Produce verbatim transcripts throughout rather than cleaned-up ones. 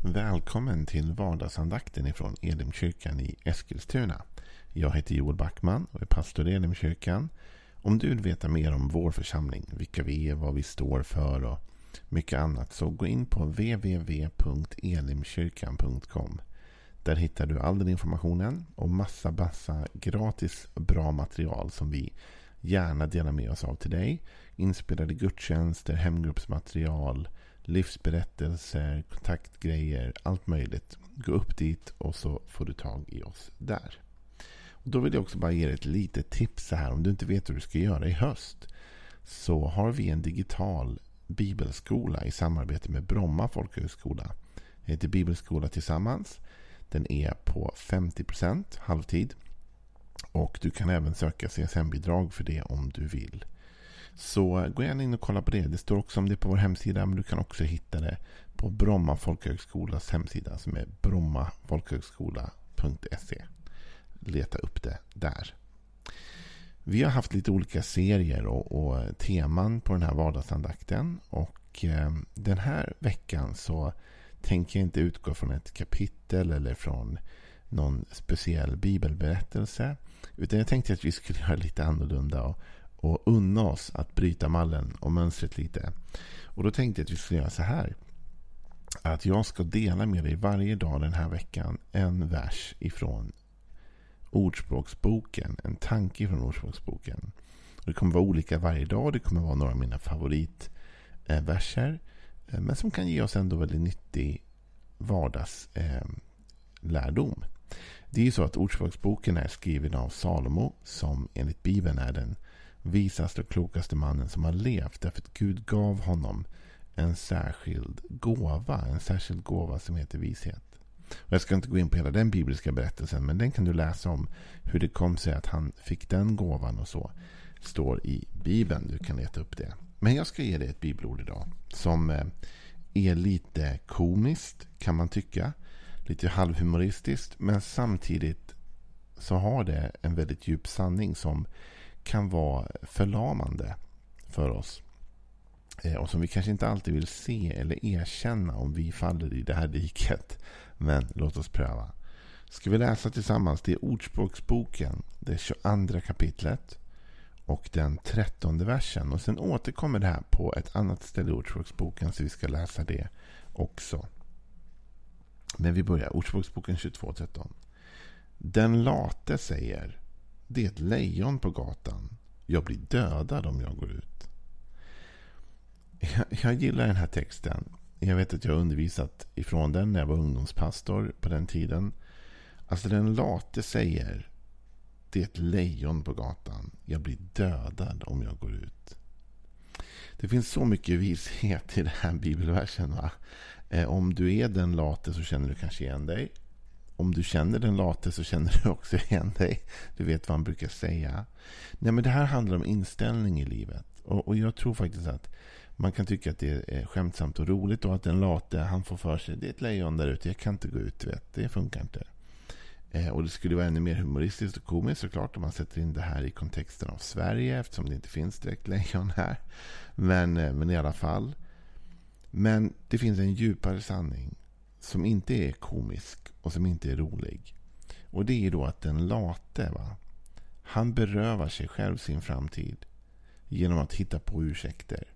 Välkommen till vardagsandakten ifrån Elimkyrkan i Eskilstuna. Jag heter Joel Backman och är pastor i Elimkyrkan. Om du vill veta mer om vår församling, vilka vi är, vad vi står för och mycket annat, så gå in på w w w punkt elimkyrkan punkt com. Där hittar du all den informationen och massa, massa gratis bra material som vi gärna delar med oss av till dig. Inspelade gudstjänster, hemgruppsmaterial, livsberättelser, kontaktgrejer, allt möjligt. Gå upp dit och så får du tag i oss där. Och då vill jag också bara ge dig ett litet tips så här. Om du inte vet hur du ska göra i höst, så har vi en digital bibelskola i samarbete med Bromma folkhögskola. Det heter Bibelskola tillsammans. Den är på femtio procent halvtid. Och du kan även söka C S N-bidrag för det om du vill. Så gå gärna in och kolla på det. Det står också om det på vår hemsida, men du kan också hitta det på Bromma folkhögskolas hemsida som är bromma folkhögskola punkt se. Leta upp det där. Vi har haft lite olika serier och, och teman på den här vardagsandakten. Och eh, den här veckan så tänker jag inte utgå från ett kapitel eller från någon speciell bibelberättelse. Utan jag tänkte att vi skulle göra lite annorlunda och, och unna oss att bryta mallen och mönstret lite. Och då tänkte jag att vi skulle göra så här. Att jag ska dela med dig varje dag den här veckan en vers ifrån Ordspråksboken. En tanke från Ordspråksboken. Och det kommer vara olika varje dag. Det kommer vara några av mina favoritverser. Men som kan ge oss ändå väldigt nyttig vardagslärdom. Det är ju så att Ordspråksboken är skriven av Salomo, som enligt Bibeln är den visaste och klokaste mannen som har levt, därför att Gud gav honom en särskild gåva, en särskild gåva som heter vishet. Och jag ska inte gå in på hela den bibliska berättelsen, men den kan du läsa om hur det kom sig att han fick den gåvan och så. Står i Bibeln, du kan leta upp det. Men jag ska ge dig ett bibelord idag som är lite komiskt, kan man tycka. Lite halvhumoristiskt, men samtidigt så har det en väldigt djup sanning som kan vara förlamande för oss. Och som vi kanske inte alltid vill se eller erkänna om vi faller i det här diket. Men låt oss pröva. Ska vi läsa tillsammans? Det är Ordspråksboken, det tjugoandra kapitlet och den trettonde versen. Och sen återkommer det här på ett annat ställe i Ordspråksboken, så vi ska läsa det också. Men vi börjar. Ordspråksboken tjugotvå tretton. Den late säger: det är ett lejon på gatan. Jag blir dödad om jag går ut. Jag, jag gillar den här texten. Jag vet att jag har undervisat ifrån den när jag var ungdomspastor på den tiden. Alltså den late säger: det är ett lejon på gatan. Jag blir dödad om jag går ut. Det finns så mycket vishet i den här bibelversen, va? Eh, om du är den late så känner du kanske igen dig. Om du känner den late så känner du också igen dig. Du vet vad han brukar säga. Nej, men det här handlar om inställning i livet. Och, och jag tror faktiskt att man kan tycka att det är skämtsamt och roligt och att den late, han får för sig: det är ett lejon där ute, jag kan inte gå ut, vet. Det funkar inte. Eh, och det skulle vara ännu mer humoristiskt och komiskt såklart om man sätter in det här i kontexten av Sverige, eftersom det inte finns direkt lejon här. Men, eh, men i alla fall. Men det finns en djupare sanning som inte är komisk och som inte är rolig. Och det är då att den late, va? Han berövar sig själv sin framtid genom att hitta på ursäkter.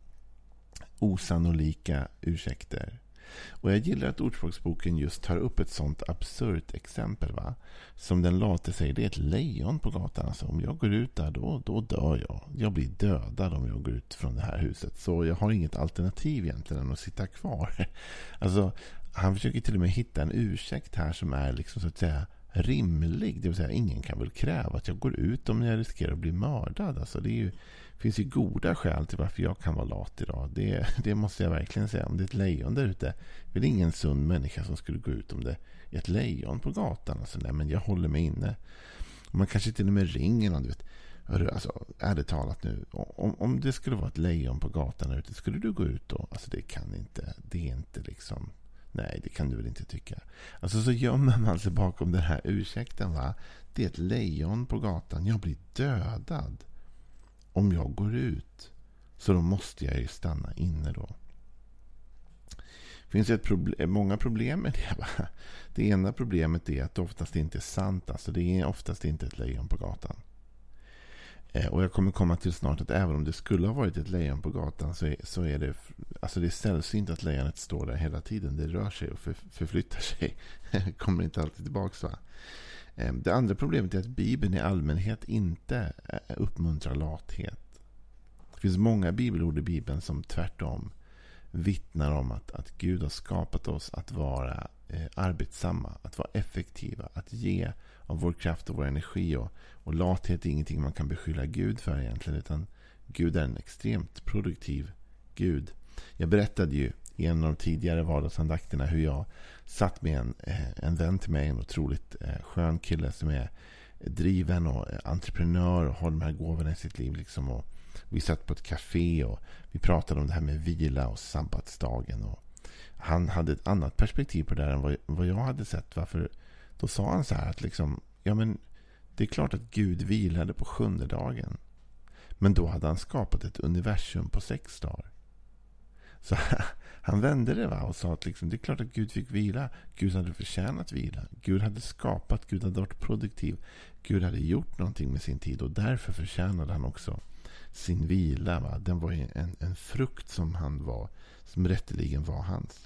Osannolika ursäkter. Och jag gillar att Ordspråksboken just tar upp ett sånt absurt exempel, va? Som den late säger: det är ett lejon på gatan. Alltså, om jag går ut där, då, då dör jag. Jag blir dödad om jag går ut från det här huset. Så jag har inget alternativ egentligen än att sitta kvar. Alltså, han försöker till och med hitta en ursäkt här som är liksom så att säga rimlig. Det vill säga, ingen kan väl kräva att jag går ut om jag riskerar att bli mördad. Alltså, det är ju, finns ju goda skäl till varför jag kan vara lat idag. Det, det måste jag verkligen säga. Om det är ett lejon där ute, är det ingen sund människa som skulle gå ut om det är ett lejon på gatan. Alltså, nej, men jag håller mig inne. Och man kanske till och med ringer någon, du vet. Alltså, ärligt talat nu, om, om det skulle vara ett lejon på gatan där ute, skulle du gå ut då? Alltså, det kan inte, det är inte liksom... Nej, det kan du väl inte tycka. Alltså, så gömmer man sig bakom den här ursäkten, va? Det är ett lejon på gatan. Jag blir dödad om jag går ut. Så då måste jag ju stanna inne då. Det finns ett problem, många problem med det. Va? Det ena problemet är att det oftast inte är sant. Alltså det är oftast inte ett lejon på gatan. Eh, och jag kommer komma till snart att även om det skulle ha varit ett lejon på gatan så är, så är det, alltså det är sällsynt att lejonet står där hela tiden. Det rör sig och för, förflyttar sig. Kommer inte alltid tillbaka, va? Eh, det andra problemet är att Bibeln i allmänhet inte uppmuntrar lathet. Det finns många bibelord i Bibeln som tvärtom vittnar om att, att Gud har skapat oss att vara eh, arbetsamma, att vara effektiva, att ge av vår kraft och vår energi. Och, och lathet är ingenting man kan beskylla Gud för egentligen, utan Gud är en extremt produktiv Gud. Jag berättade ju i en av de tidigare vardagsandakterna hur jag satt med en, eh, en vän till mig, en otroligt eh, skön kille som är driven och entreprenör och har de här gåvorna i sitt liv liksom. Och vi satt på ett café och vi pratade om det här med vila och sabbatsdagen. Och han hade ett annat perspektiv på det här än vad, vad jag hade sett. Varför? Då sa han så här att liksom, ja men det är klart att Gud vilade på sjunde dagen. Men då hade han skapat ett universum på sex dagar. Så han vände det, va, och sa att liksom, det är klart att Gud fick vila. Gud hade förtjänat vila. Gud hade skapat, Gud hade varit produktiv. Gud hade gjort någonting med sin tid och därför förtjänade han också sin vila. Va? Den var en, en frukt som han var, som rätteligen var hans.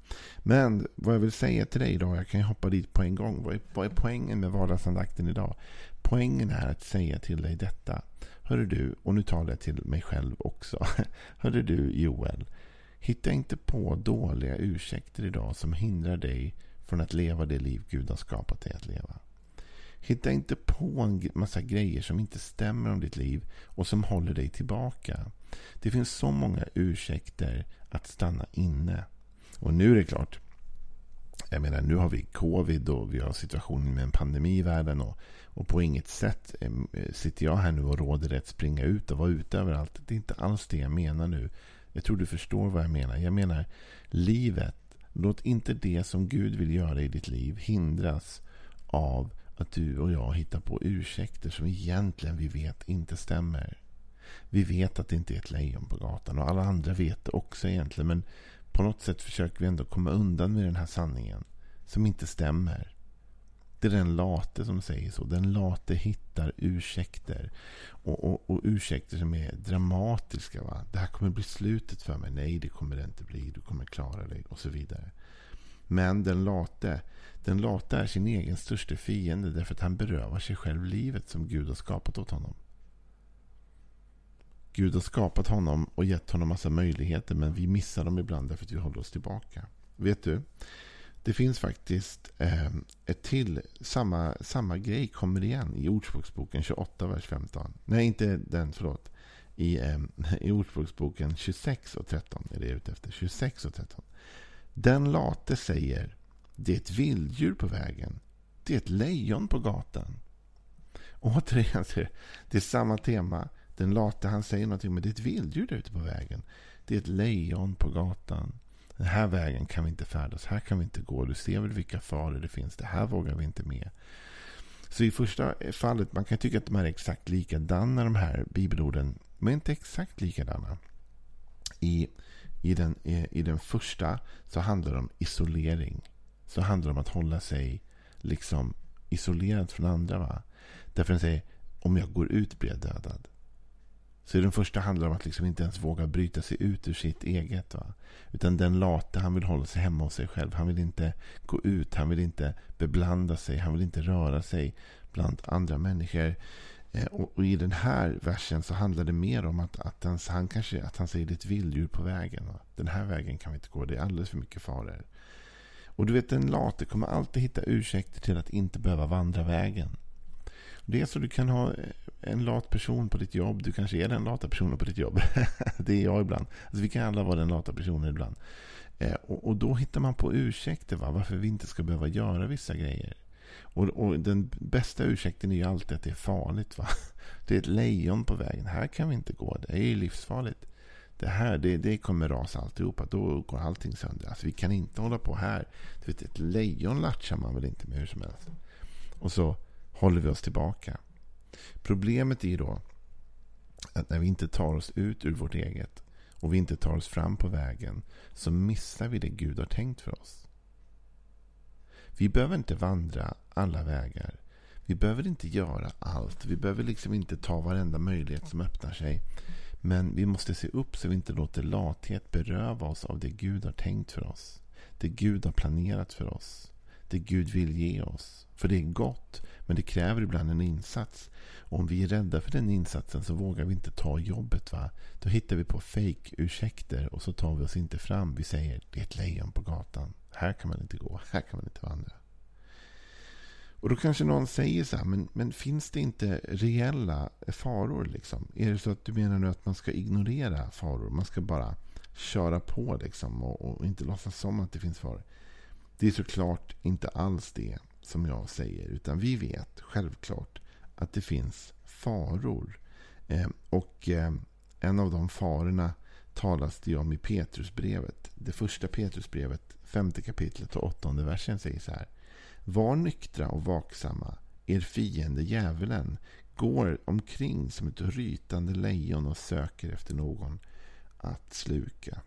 Men vad jag vill säga till dig idag, jag kan ju hoppa dit på en gång. Vad är, vad är poängen med vardagsandakten idag? Poängen är att säga till dig detta. Hörru du, och nu talar jag till mig själv också. Hörru du, Joel. Hitta inte på dåliga ursäkter idag som hindrar dig från att leva det liv Gud har skapat dig att leva. Hitta inte på en massa grejer som inte stämmer om ditt liv och som håller dig tillbaka. Det finns så många ursäkter att stanna inne. Och nu är det klart, jag menar nu har vi covid och vi har situationen med en pandemi i världen och, och på inget sätt eh, sitter jag här nu och råder dig att springa ut och vara ute överallt. Det är inte alls det jag menar nu. Jag tror du förstår vad jag menar. Jag menar livet. Låt inte det som Gud vill göra i ditt liv hindras av att du och jag hittar på ursäkter som egentligen vi vet inte stämmer. Vi vet att det inte är ett lejon på gatan och alla andra vet det också egentligen, men på något sätt försöker vi ändå komma undan med den här sanningen som inte stämmer. Det är den late som säger så. Den late hittar ursäkter. Och, och, och ursäkter som är dramatiska. Va? Det här kommer bli slutet för mig. Nej, det kommer det inte bli. Du kommer klara dig. Och så vidare. Men den late, den late är sin egen största fiende. Därför att han berövar sig själv livet som Gud har skapat åt honom. Gud har skapat honom och gett honom massa möjligheter. Men vi missar dem ibland därför att vi håller oss tillbaka. Vet du? Det finns faktiskt eh, ett till, samma, samma grej kommer igen i Ordspråksboken tjugoåtta, vers femton. Nej, inte den, förlåt. I, eh, i Ordspråksboken tjugosex och tretton är det ute efter. tjugosex och tretton. Den late säger, det är ett vilddjur på vägen. Det är ett lejon på gatan. Och återigen, det är samma tema. Den late, han säger någonting, men det är ett vilddjur där ute på vägen. Det är ett lejon på gatan. Den här vägen kan vi inte färdas. Här kan vi inte gå. Du ser väl vilka faror det finns. Det här vågar vi inte med. Så i första fallet, man kan tycka att de här är exakt likadana, de här bibelorden. Men inte exakt likadana. I, i, den, i, I den första så handlar det om isolering. Så handlar det om att hålla sig liksom isolerad från andra. Va? Därför den säger, om jag går ut blir jag dödad. Så den första handlar om att liksom inte ens våga bryta sig ut ur sitt eget. Va? Utan den late, han vill hålla sig hemma hos sig själv. Han vill inte gå ut, han vill inte beblanda sig, han vill inte röra sig bland andra människor. Eh, och, och i den här versen så handlar det mer om att, att, han, han, kanske, att han säger det är ett vilddjur på vägen. Va? Den här vägen kan vi inte gå, det är alldeles för mycket faror. Och du vet, den late kommer alltid hitta ursäkter till att inte behöva vandra vägen. Det är så du kan ha en lat person på ditt jobb. Du kanske är den lata personen på ditt jobb. Det är jag ibland. Alltså vi kan alla vara den lata personen ibland. Eh, och, och då hittar man på ursäkter, va? Varför vi inte ska behöva göra vissa grejer. Och, och den bästa ursäkten är ju alltid att det är farligt. Va? Det är ett lejon på vägen. Här kan vi inte gå. Det är ju livsfarligt. Det här, det, det kommer rasa alltihopa. Då går allting sönder. Alltså vi kan inte hålla på här. Du vet, ett lejon latchar man väl inte med hur som helst. Och så håller vi oss tillbaka. Problemet är då att när vi inte tar oss ut ur vårt eget och vi inte tar oss fram på vägen, så missar vi det Gud har tänkt för oss. Vi behöver inte vandra alla vägar. Vi behöver inte göra allt. Vi behöver liksom inte ta varenda möjlighet som öppnar sig. Men vi måste se upp så vi inte låter lathet beröva oss av det Gud har tänkt för oss. Det Gud har planerat för oss. Det Gud vill ge oss. För det är gott, men det kräver ibland en insats. Och om vi är rädda för den insatsen så vågar vi inte ta jobbet, va? Då hittar vi på fake-ursäkter och så tar vi oss inte fram. Vi säger, det är ett lejon på gatan. Här kan man inte gå, här kan man inte vandra. Och då kanske någon säger så här, men, men finns det inte reella faror liksom? Är det så att du menar nu att man ska ignorera faror? Man ska bara köra på liksom och, och inte låtsas som att det finns faror? Det är såklart inte alls det som jag säger, utan vi vet självklart att det finns faror. Eh, och eh, en av de farorna talas det om i Petrusbrevet. Det första Petrusbrevet, femte kapitlet och åttonde versen säger så här: var nyktra och vaksamma. Er fiende djävulen går omkring som ett rytande lejon och söker efter någon att sluka.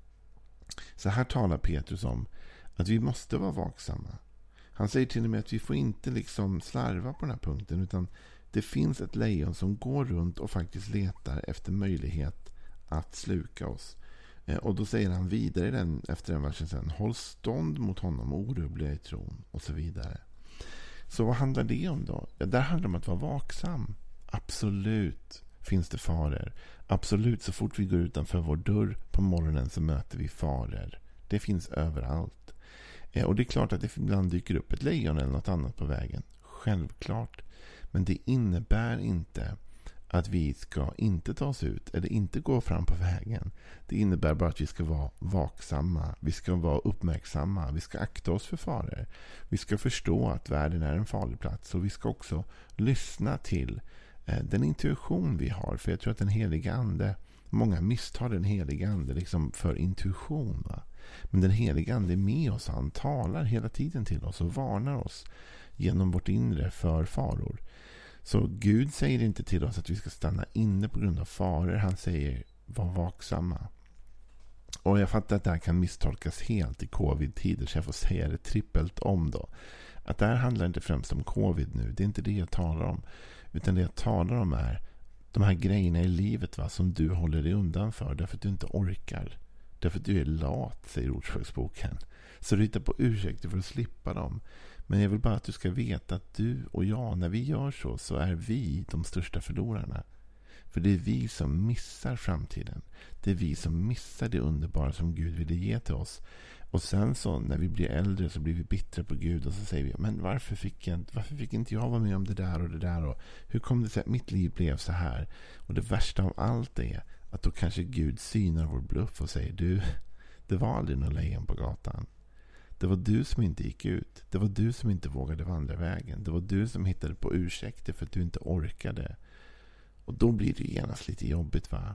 Så här talar Petrus om att vi måste vara vaksamma. Han säger till och med att vi får inte liksom slarva på den här punkten, utan det finns ett lejon som går runt och faktiskt letar efter möjlighet att sluka oss. Och då säger han vidare den, efter den versen sen: håll stånd mot honom, orubbliga i tron, och så vidare. Så vad handlar det om då? Ja, där handlar det om att vara vaksam. Absolut finns det faror. Absolut, så fort vi går utanför vår dörr på morgonen så möter vi faror. Det finns överallt. Och det är klart att det ibland dyker upp ett lejon eller något annat på vägen. Självklart. Men det innebär inte att vi ska inte ta oss ut eller inte gå fram på vägen. Det innebär bara att vi ska vara vaksamma. Vi ska vara uppmärksamma. Vi ska akta oss för faror. Vi ska förstå att världen är en farlig plats. Och vi ska också lyssna till eh, den intuition vi har. För jag tror att den heliga ande, många misstar den heliga ande liksom för intuition, va? Men den heliga ande är med oss. Han talar hela tiden till oss och varnar oss genom vårt inre för faror. Så Gud säger inte till oss att vi ska stanna inne på grund av faror. Han säger, var vaksamma. Och jag fattar att det här kan misstolkas helt i covid-tider, så jag får säga det trippelt om då. Att det här handlar inte främst om covid nu. Det är inte det jag talar om. Utan det jag talar om är de här grejerna i livet, va, som du håller dig undan för därför att du inte orkar. Därför att du är lat, säger Ordspråksboken. Så du hittar på ursäkter för att slippa dem. Men jag vill bara att du ska veta att du och jag, när vi gör så, så är vi de största förlorarna. För det är vi som missar framtiden. Det är vi som missar det underbara som Gud ville ge till oss. Och sen så, när vi blir äldre, så blir vi bittra på Gud och så säger vi, men varför fick, jag, varför fick inte jag vara med om det där och det där? Och hur kom det sig att mitt liv blev så här? Och det värsta av allt är att då kanske Gud synar vår bluff och säger, du, det var aldrig någon lejon på gatan. Det var du som inte gick ut. Det var du som inte vågade vandra vägen. Det var du som hittade på ursäkter för att du inte orkade. Och då blir det genast lite jobbigt, va?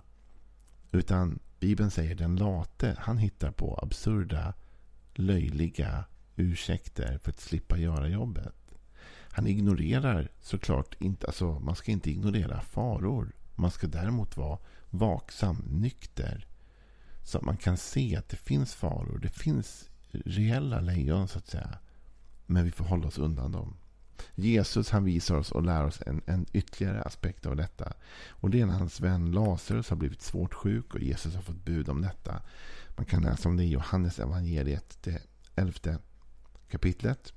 Utan Bibeln säger, den late, han hittar på absurda, löjliga ursäkter för att slippa göra jobbet. Han ignorerar såklart inte, alltså man ska inte ignorera faror. Man ska däremot vara vaksam, nykter. Så att man kan se att det finns faror. Det finns reella lejon, så att säga. Men vi får hålla oss undan dem. Jesus, han visar oss och lär oss en, en ytterligare aspekt av detta. Och det är när hans vän Lazarus har blivit svårt sjuk och Jesus har fått bud om detta. Man kan läsa om det i Johannes evangeliet, det elfte kapitlet.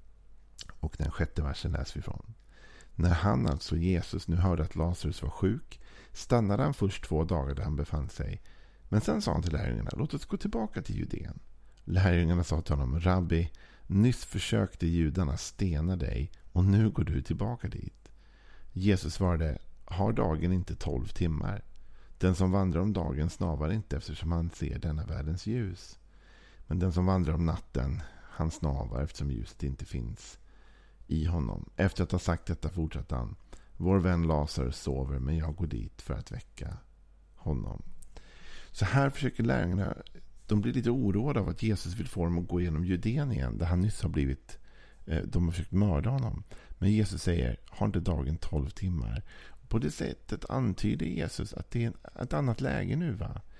Och den sjätte versen läser vi från. När han, alltså Jesus, nu hörde att Lazarus var sjuk, stannade han först två dagar där han befann sig. Men sen sa han till lärjungarna, låt oss gå tillbaka till Judén. Lärjungarna sa till honom, Rabbi, nyss försökte judarna stena dig och nu går du tillbaka dit. Jesus svarade, har dagen inte tolv timmar? Den som vandrar om dagen snavar inte eftersom han ser denna världens ljus. Men den som vandrar om natten, han snavar eftersom ljuset inte finns i honom. Efter att ha sagt detta fortsatte han, vår vän Lazarus sover men jag går dit för att väcka honom. Så här försöker lärjungarna, de blir lite oroade av att Jesus vill få dem att gå igenom Judén igen, där han nyss har blivit, de har försökt mörda honom. Men Jesus säger, har inte dagen tolv timmar? På det sättet antyder Jesus att det är ett annat läge nu, va?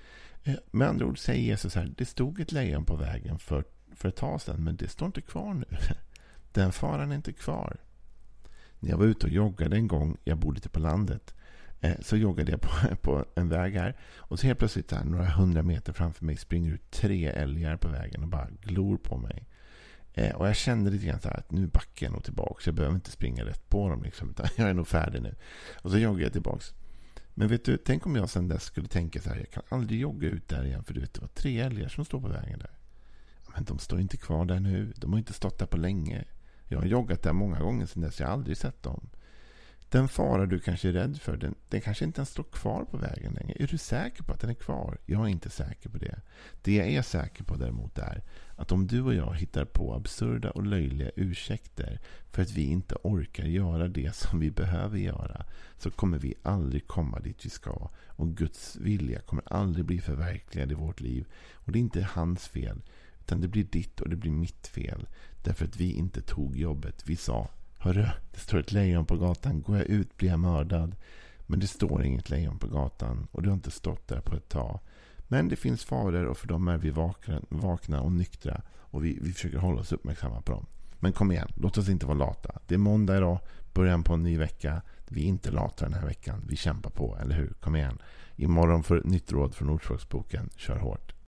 Med andra ord säger Jesus här, det stod ett lejon på vägen för, för ett tag sedan, men det står inte kvar nu. Den faran är inte kvar. När jag var ute och joggade en gång, jag bor lite på landet, så joggade jag på, på en väg här. Och så helt plötsligt här, några hundra meter framför mig springer ut tre älgar på vägen och bara glor på mig. Och jag kände lite grann så här att nu backar jag nog tillbaka. Så jag behöver inte springa rätt på dem liksom, utan jag är nog färdig nu. Och så joggar jag tillbaks. Men vet du, tänk om jag sedan dess skulle tänka så här, jag kan aldrig jogga ut där igen, för du vet, det var tre älgar som står på vägen där. Men de står inte kvar där nu. De har inte stått där på länge. Jag har joggat där många gånger sedan dess. Jag har aldrig sett dem. Den fara du kanske är rädd för, den, den kanske inte ens står kvar på vägen längre. Är du säker på att den är kvar? Jag är inte säker på det. Det jag är säker på däremot är att om du och jag hittar på absurda och löjliga ursäkter för att vi inte orkar göra det som vi behöver göra, så kommer vi aldrig komma dit vi ska. Och Guds vilja kommer aldrig bli förverkligad i vårt liv. Och det är inte hans fel, utan det blir ditt och det blir mitt fel. Därför att vi inte tog jobbet. Vi sa, hörru, det står ett lejon på gatan. Går jag ut blir jag mördad. Men det står inget lejon på gatan. Och det har inte stått där på ett tag. Men det finns faror, och för dem är vi vakna, vakna och nyktra. Och vi, vi försöker hålla oss uppmärksamma på dem. Men kom igen, låt oss inte vara lata. Det är måndag idag, början på en ny vecka. Vi är inte lata den här veckan. Vi kämpar på, eller hur? Kom igen. Imorgon får ett nytt råd från Ordspråksboken. Kör hårt.